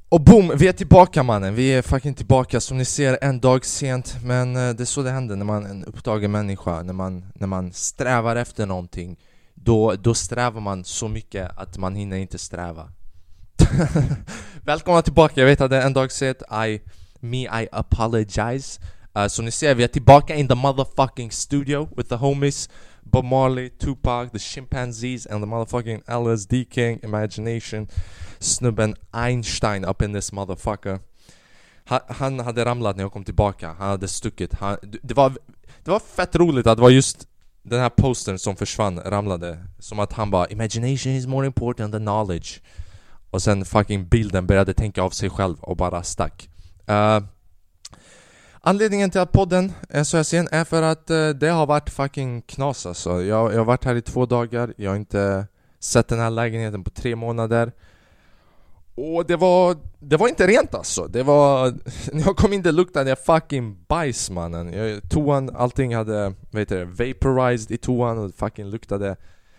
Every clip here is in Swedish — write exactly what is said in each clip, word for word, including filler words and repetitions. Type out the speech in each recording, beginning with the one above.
Och boom, vi är tillbaka mannen. Vi är fucking tillbaka, som ni ser, en dag sent. Men uh, det är så det händer när man är en upptagen människa. När man, när man strävar efter någonting, Då, då strävar man så mycket att man hinner inte sträva. Välkomna tillbaka, jag vet att det är en dag sent. I, me, I apologize. uh, Som ni ser, vi är tillbaka in the motherfucking studio with the homies Bob Marley, Tupac, the Chimpanzees and the motherfucking L S D King, Imagination, snubben Einstein up in this motherfucker. Han, han hade ramlat när jag kom tillbaka. Han hade stuckit. han, det, var, det var fett roligt att det var just den här postern som försvann, ramlade. Som att han bara, imagination is more important than knowledge. Och sen fucking bilden började tänka av sig själv och bara stack. uh, Anledningen till att podden är så här sen är för att uh, det har varit fucking knas alltså. jag, jag har varit här i två dagar. Jag har inte sett den här lägenheten på tre månader. Och det var, det var inte rent alltså. Det var, när jag kom in det luktade jag fucking bajs mannen. Jag, toan, allting hade, vet du, vaporized i toan och fucking luktade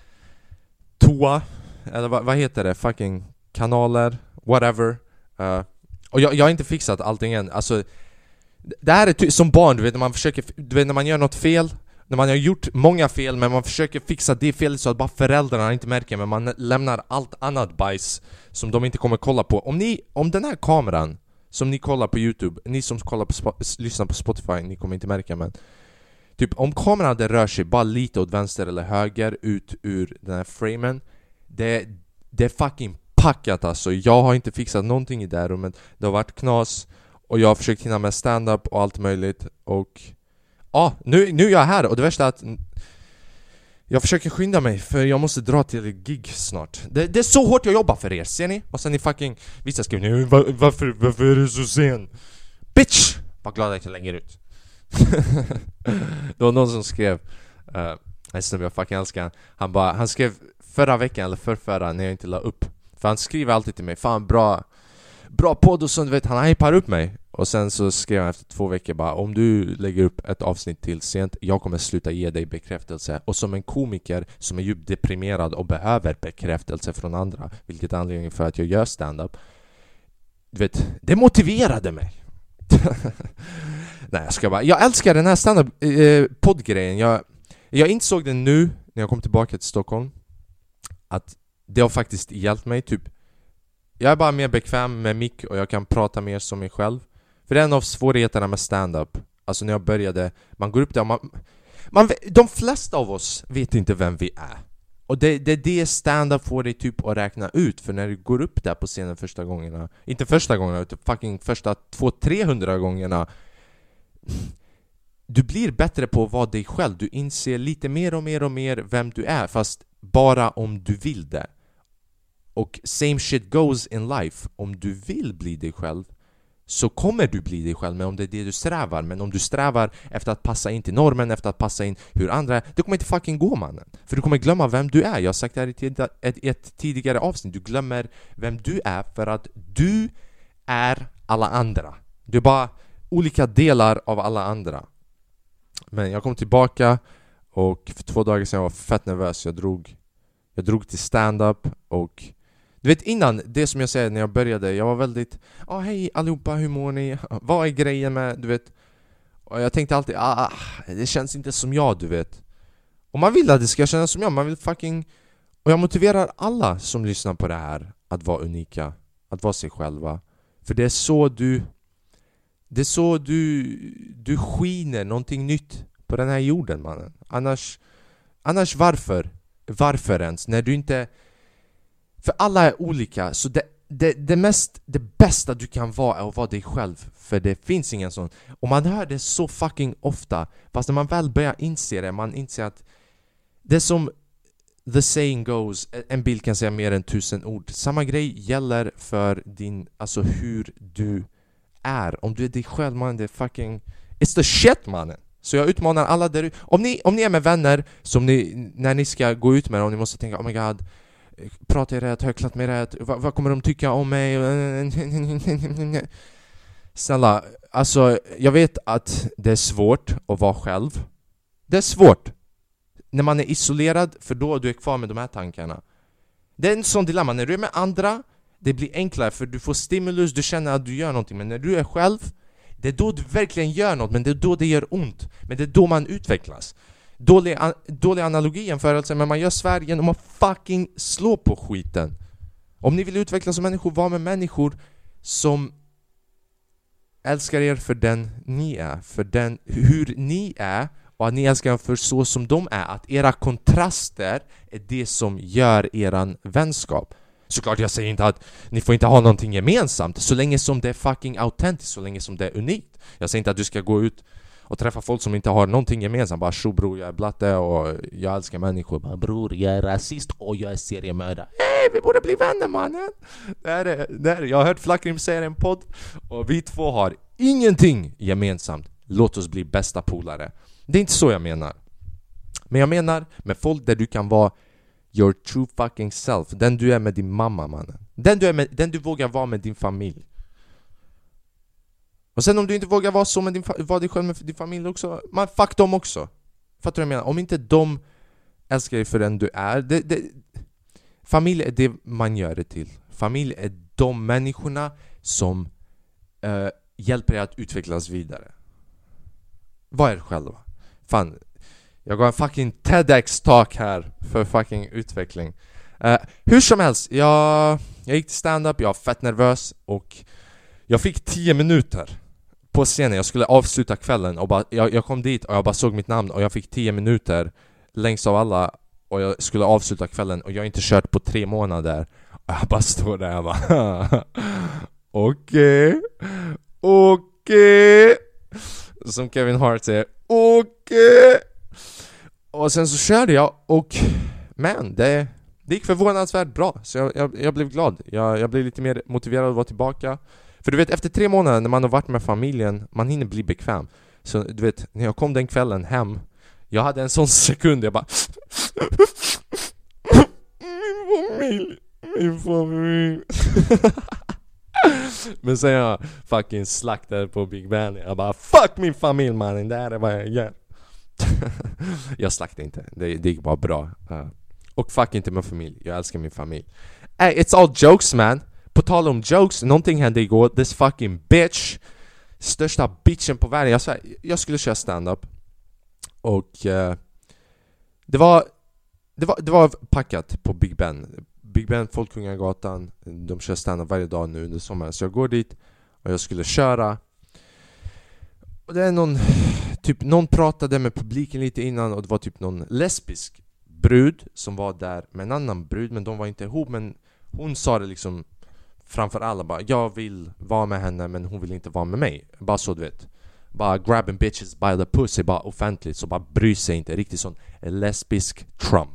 toa. Eller vad, vad heter det? Fucking kanaler, whatever. uh, Och jag, jag har inte fixat allting än. Alltså, det här är ty- som barn, du vet, när man försöker, du vet, när man gör något fel, när man har gjort många fel, men man försöker fixa det felet så att bara föräldrarna inte märker, men man lämnar allt annat bajs som de inte kommer kolla på. Om ni, om den här kameran som ni kollar på YouTube, ni som kollar på Sp- lyssnar på Spotify, ni kommer inte märka, men typ om kameran det rör sig bara lite åt vänster eller höger ut ur den här framen, det, det är fucking packat alltså. Jag har inte fixat någonting i det här rummet. Det har varit knas och jag har försökt hinna med stand-up och allt möjligt. Och ja, ah, nu, nu är jag här. Och det värsta är att jag försöker skynda mig, för jag måste dra till gig snart. Det, det är så hårt jag jobbar för er, ser ni? Och sen ni fucking, vissa skriver nu, var, varför, varför är du så sen? Bitch! Var glad att jag lägger ut. Det var någon som skrev, uh, jag, jag fucking älskar han. Han bara, han skrev förra veckan eller förrförra när jag inte la upp. För han skriver alltid till mig, fan bra Bra podd och så, du vet, han hypar upp mig. Och sen så skrev han efter två veckor bara, om du lägger upp ett avsnitt till sent, jag kommer sluta ge dig bekräftelse. Och som en komiker som är djupt deprimerad och behöver bekräftelse från andra, vilket är anledningen för att jag gör stand-up, du vet, det motiverade mig. Nej, jag ska bara, jag älskar den här stand-up eh, poddgrejen. Jag, jag insåg det nu när jag kom tillbaka till Stockholm, att det har faktiskt hjälpt mig. Typ, jag är bara mer bekväm med mic och jag kan prata mer som mig själv. För det är en av svårigheterna med stand-up. Alltså när jag började, man går upp där och man, man, de flesta av oss vet inte vem vi är. Och det, det är det stand-up får dig typ att räkna ut. För när du går upp där på scenen första gångerna, inte första gångerna utan fucking första två trehundra gångerna, du blir bättre på att vara dig själv. Du inser lite mer och mer och mer vem du är, fast bara om du vill det. Och same shit goes in life. Om du vill bli dig själv så kommer du bli dig själv, men om det är det du strävar. Men om du strävar efter att passa in till normen, efter att passa in hur andra är, det kommer inte fucking gå mannen. För du kommer glömma vem du är. Jag har sagt det här i ett, ett, ett tidigare avsnitt. Du glömmer vem du är för att du är alla andra. Du är bara olika delar av alla andra. Men jag kom tillbaka och för två dagar sedan var jag fett nervös. Jag drog, jag drog till stand-up och du vet innan, det som jag säger när jag började, jag var väldigt, ja ah, hej allihopa, hur mår ni? Vad är grejen med, du vet? Och jag tänkte alltid, ah, det känns inte som jag, du vet. Och man vill att det ska kännas som jag, man vill fucking... Och jag motiverar alla som lyssnar på det här att vara unika, att vara sig själva. För det är så du, det är så du, du skiner någonting nytt på den här jorden, mannen. Annars, annars varför? Varför ens? När du inte... För alla är olika, så det, det, det, mest, det bästa du kan vara är att vara dig själv. För det finns ingen sån. Och man hör det så fucking ofta. Fast när man väl börjar inse det, man inser att det är som the saying goes, en bild kan säga mer än tusen ord. Samma grej gäller för din, alltså hur du är. Om du är dig själv, man, det är fucking, it's the shit, mannen. Så jag utmanar alla där. Om ni, om ni är med vänner, som ni, när ni ska gå ut med dem, ni måste tänka, oh my god, pratar jag rätt, har jag klart mig rätt, vad, vad kommer de tycka om mig? Snälla, alltså jag vet att det är svårt att vara själv. Det är svårt när man är isolerad, för då du är kvar med de här tankarna. Det är en sån dilemma, när du är med andra, det blir enklare för du får stimulus, du känner att du gör någonting. Men när du är själv, det är då du verkligen gör något, men det är då det gör ont. Men det är då man utvecklas. Dålig, an- dålig analogi jämförelse, men man gör Sverige genom att fucking slå på skiten. Om ni vill utvecklas som människor, var med människor som älskar er för den ni är, för den, hur ni är, och att ni älskar er för så som de är. Att era kontraster är det som gör eran vänskap. Såklart, jag säger inte att ni får inte ha någonting gemensamt, så länge som det är fucking autentiskt, så länge som det är unikt. Jag säger inte att du ska gå ut och träffa folk som inte har någonting gemensamt. Bara, tjo bror, jag är blatte och jag älskar människor. Bara, bror, jag är rasist och jag är seriemördare. Hej, vi borde bli vänner, mannen. Det här är, det här är, jag har hört Flackrim säga i en podd, och vi två har ingenting gemensamt. Låt oss bli bästa polare. Det är inte så jag menar. Men jag menar med folk där du kan vara your true fucking self. Den du är med din mamma, mannen. Den du, är med, den du vågar vara med din familj. Och sen om du inte vågar vara så med din, vara dig själv med din familj också, man, fuck dem också. Fattar du vad jag menar? Om inte de älskar dig för den du är, det, det, familj är det man gör det till. Familj är de människorna som uh, hjälper dig att utvecklas vidare. Vad är det själva? Fan, jag gav en fucking TEDx-talk här för fucking utveckling. Uh, hur som helst, jag, jag gick till stand-up, jag var fett nervös och jag fick tio minuter på scenen. Jag skulle avsluta kvällen och bara, jag, jag kom dit och jag bara såg mitt namn och jag fick tio minuter längst av alla och jag skulle avsluta kvällen och jag har inte kört på tre månader. Och jag bara står där och bara okej, okej. Som Kevin Hart säger, okej. Och sen så körde jag och men det, det gick förvånansvärt bra. Så jag, jag, jag blev glad. Jag, jag blev lite mer motiverad att vara tillbaka. För du vet, efter tre månader när man har varit med familjen, man hinner bli bekväm. Så du vet, när jag kom den kvällen hem, jag hade en sån sekund, jag bara min familj, min familj. Men sen jag fucking slaktade på Big Ben. Jag bara, fuck min familj, mannen, det här är vad jag gör. Jag slaktade inte, det, det gick bara bra. uh. Och fuck inte min familj, jag älskar min familj. Hey, it's all jokes, man. På tal om jokes, någonting hände igår. This fucking bitch, största bitchen på världen. Jag, sa, jag skulle köra stand-up. Och uh, det var det var det var packat på Big Ben. Big Ben, Folkungagatan. De kör stand-up varje dag nu under sommaren. Så jag går dit och jag skulle köra. Och det är någon typ, någon pratade med publiken lite innan. Och det var typ någon lesbisk brud som var där med en annan brud. Men de var inte ihop. Men hon sa det liksom framför alla bara, jag vill vara med henne men hon vill inte vara med mig. Bara så, du vet. Bara grabbing bitches by the pussy, bara offentligt. Så bara bry sig inte. Riktigt sån lesbisk Trump.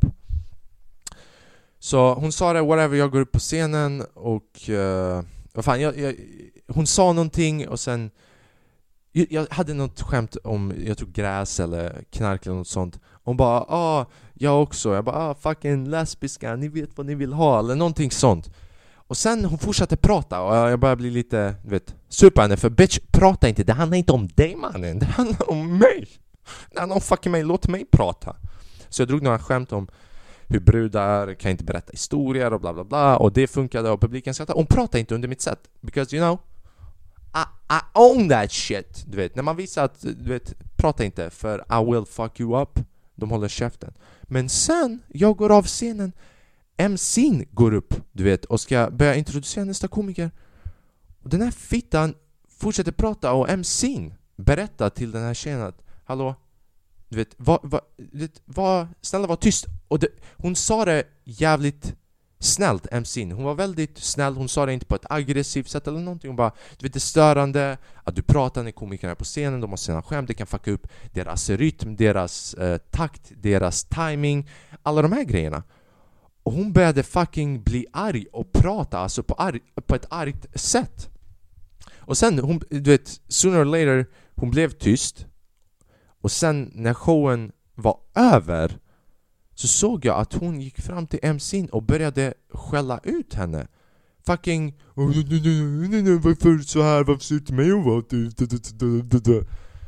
Så hon sa det, whatever, jag går upp på scenen och uh, vad fan, jag, jag, hon sa någonting och sen jag, jag hade något skämt om, jag tog gräs eller knark eller något sånt. Hon bara, ah, jag också. Jag bara, ah, fucking lesbiska, ni vet vad ni vill ha eller någonting sånt. Och sen hon fortsatte prata och jag började bli lite, du vet, super henne. För bitch, prata inte, det handlar inte om dig, mannen. Det handlar om mig. Det handlar om fucking mig, låt mig prata. Så jag drog några skämt om hur brudar kan inte berätta historier och bla bla bla. Och det funkade och publiken skrattade. Hon pratade inte under mitt set. Because you know, I, I own that shit. Du vet, när man visar att, du vet, prata inte för I will fuck you up. De håller käften. Men sen, jag går av scenen. M C:n går upp, du vet, och ska börja introducera nästa komiker. Och den här fittan fortsätter prata och M C:n berättar till den här tjejen att hallå, du vet, vad, vad, vad, snälla var tyst. Och det, hon sa det jävligt snällt, M C:n. Hon var väldigt snäll, hon sa det inte på ett aggressivt sätt eller någonting. Hon bara, du vet, det är störande att du pratar när komikerna är på scenen. De har sina skämt, det kan fucka upp deras rytm, deras eh, takt, deras timing, alla de här grejerna. Och hon började fucking bli arg och prata, alltså på, arg, på ett argt sätt. Och sen, hon, du vet, sooner or later, hon blev tyst. Och sen när showen var över så såg jag att hon gick fram till M C:n och började skälla ut henne. Fucking, varför så här, varför ser du till mig och vad?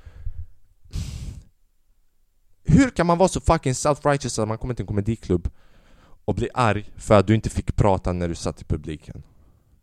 Hur kan man vara så fucking self-righteous att man kommer till en komediklubb och bli arg för att du inte fick prata när du satt i publiken?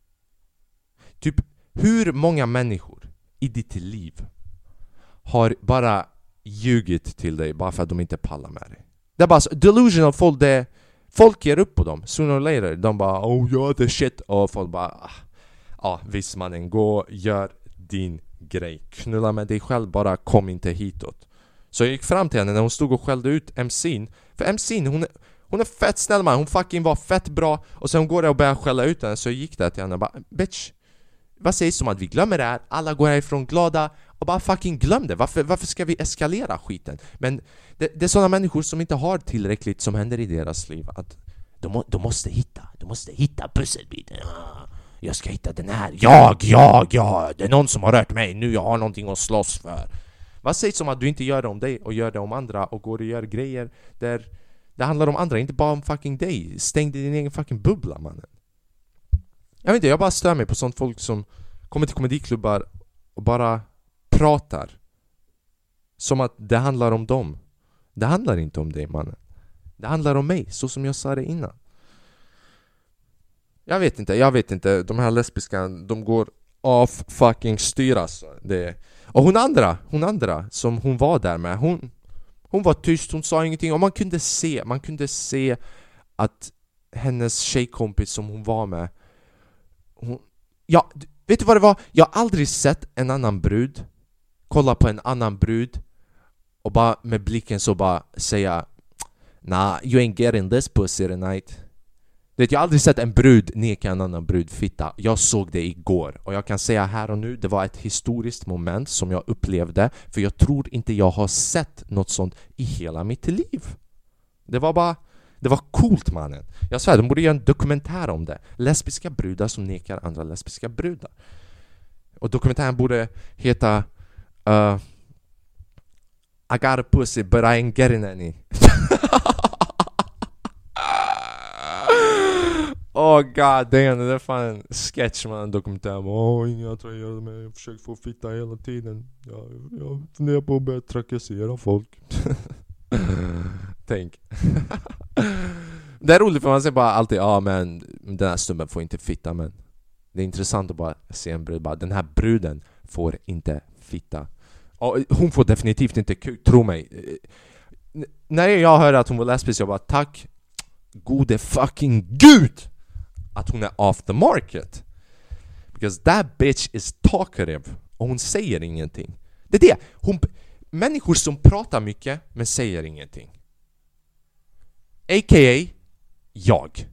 Typ, hur många människor i ditt liv har bara ljugit till dig bara för att de inte pallar med dig? Det är bara så, delusional folk, det, folk ger upp på dem. Sooner or later, de bara, oh ja, the shit. Och folk bara, ah, ah visst mannen, gå, gör din grej. Knulla med dig själv, bara kom inte hitåt. Så jag gick fram till henne när hon stod och skällde ut M C:n. För M C:n, hon är, hon är fett snäll man. Hon fucking var fett bra. Och sen går jag och börjar skälla ut henne. Så jag gick där till henne och bara, bitch, vad sägs om att vi glömmer det här? Alla går härifrån glada och bara fucking glöm det. Varför, varför ska vi eskalera skiten? Men det, det är sådana människor som inte har tillräckligt som händer i deras liv. Att de, må, de måste hitta, de måste hitta pusselbiten. Jag ska hitta den här. Jag, jag, jag. Det är någon som har rört mig. Nu jag har någonting att slåss för. Vad sägs om att du inte gör det om dig och gör det om andra och går och gör grejer där det handlar om andra, inte bara om fucking dig. Stäng din egen fucking bubbla, mannen. Jag vet inte, jag bara stör mig på sånt folk som kommer till komediklubbar och bara pratar som att det handlar om dem. Det handlar inte om dig, mannen. Det handlar om mig, så som jag sa det innan. Jag vet inte, jag vet inte. De här lesbiska, de går off fucking styras. Det. Och hon andra, hon andra som hon var där med, hon, hon var tyst, hon sa ingenting. Och man kunde se, man kunde se att hennes tjejkompis som hon var med, hon, ja, vet du vad det var? Jag har aldrig sett en annan brud kolla på en annan brud och bara med blicken så bara säga, nah, you ain't getting this pussy tonight. Vet, jag har aldrig sett en brud neka en annan brud fitta. Jag såg det igår. Och jag kan säga här och nu, det var ett historiskt moment som jag upplevde. För jag tror inte jag har sett något sånt i hela mitt liv. Det var bara, det var coolt, mannen. Jag svär, de borde göra en dokumentär om det. Lesbiska brudar som nekar andra lesbiska brudar. Och dokumentären borde heta uh, I got a pussy but I ain't getting any. Oh god damn, det är fan en sketch, man, en dokumentär. Åh, oh, inga attraherade mig, jag försöker få fitta hela tiden. Jag, jag funderar på att börja trakassera folk. Tänk. Det är roligt för man säger bara alltid, ja ah, men den här snubben får inte fitta, men det är intressant att bara se en brud, bara, den här bruden får inte fitta. Och hon får definitivt inte kuk, tro mig. N- när jag hörde att hon var lesbisk, jag bara, tack gode fucking gud att hon är off the market. Because that bitch is talkative. Och hon säger ingenting. Det är det. Hon, människor som pratar mycket men säger ingenting. A K A jag.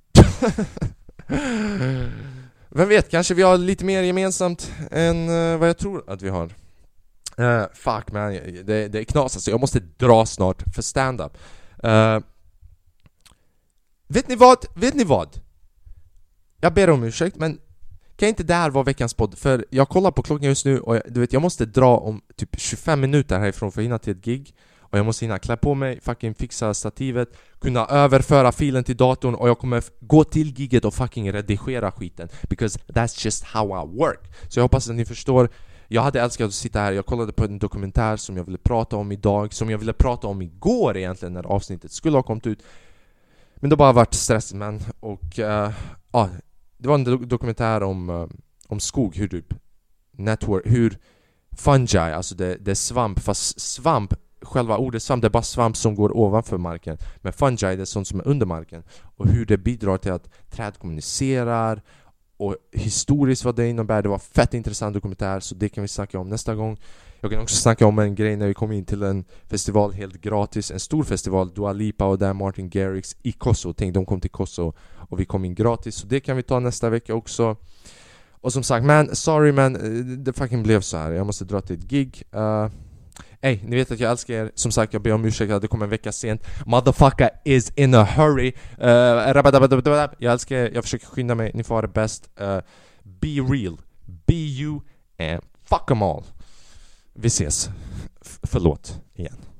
Vem vet, kanske vi har lite mer gemensamt än uh, vad jag tror att vi har. Uh, fuck man, det, det är knas alltså. Jag måste dra snart för stand-up. Uh, vet ni vad? Vet ni vad? Jag ber om ursäkt, men kan inte det här vara veckans podd? För jag kollar på klockan just nu och jag, du vet, jag måste dra om typ tjugofem minuter härifrån för att hinna till ett gig. Och jag måste hinna klä på mig, fucking fixa stativet, kunna överföra filen till datorn, och jag kommer gå till giget och fucking redigera skiten. Because that's just how I work. Så jag hoppas att ni förstår. Jag hade älskat att sitta här. Jag kollade på en dokumentär som jag ville prata om idag, som jag ville prata om igår egentligen när avsnittet skulle ha kommit ut. Men det bara varit stressigt, man. Och uh, ja, det var en do- dokumentär om, uh, om skog, hur typ network, hur fungi, alltså det, det är svamp, fast svamp, själva ordet svamp, det är bara svamp som går ovanför marken. Men fungi, det är sånt som är under marken. Och hur det bidrar till att träd kommunicerar. Och historiskt vad det innebär. Det var fett intressant dokumentär, så det kan vi snacka om nästa gång. Jag kan också snacka om en grej när vi kom in till en festival helt gratis. En stor festival, Dua Lipa och där Martin Garrix i Kosovo. Tänk, de kom till Kosovo och vi kom in gratis. Så det kan vi ta nästa vecka också. Och som sagt, man, sorry man, det fucking blev så här. Jag måste dra till ett gig. Uh, Ey, ni vet att jag älskar er. Som sagt, jag ber om ursäkt att det kommer en vecka sent. Motherfucker is in a hurry. uh, Jag älskar er, jag försöker skynda mig. Ni får ha det bäst. uh, Be real, be you, and fuck them all. Vi ses. F- förlåt igen.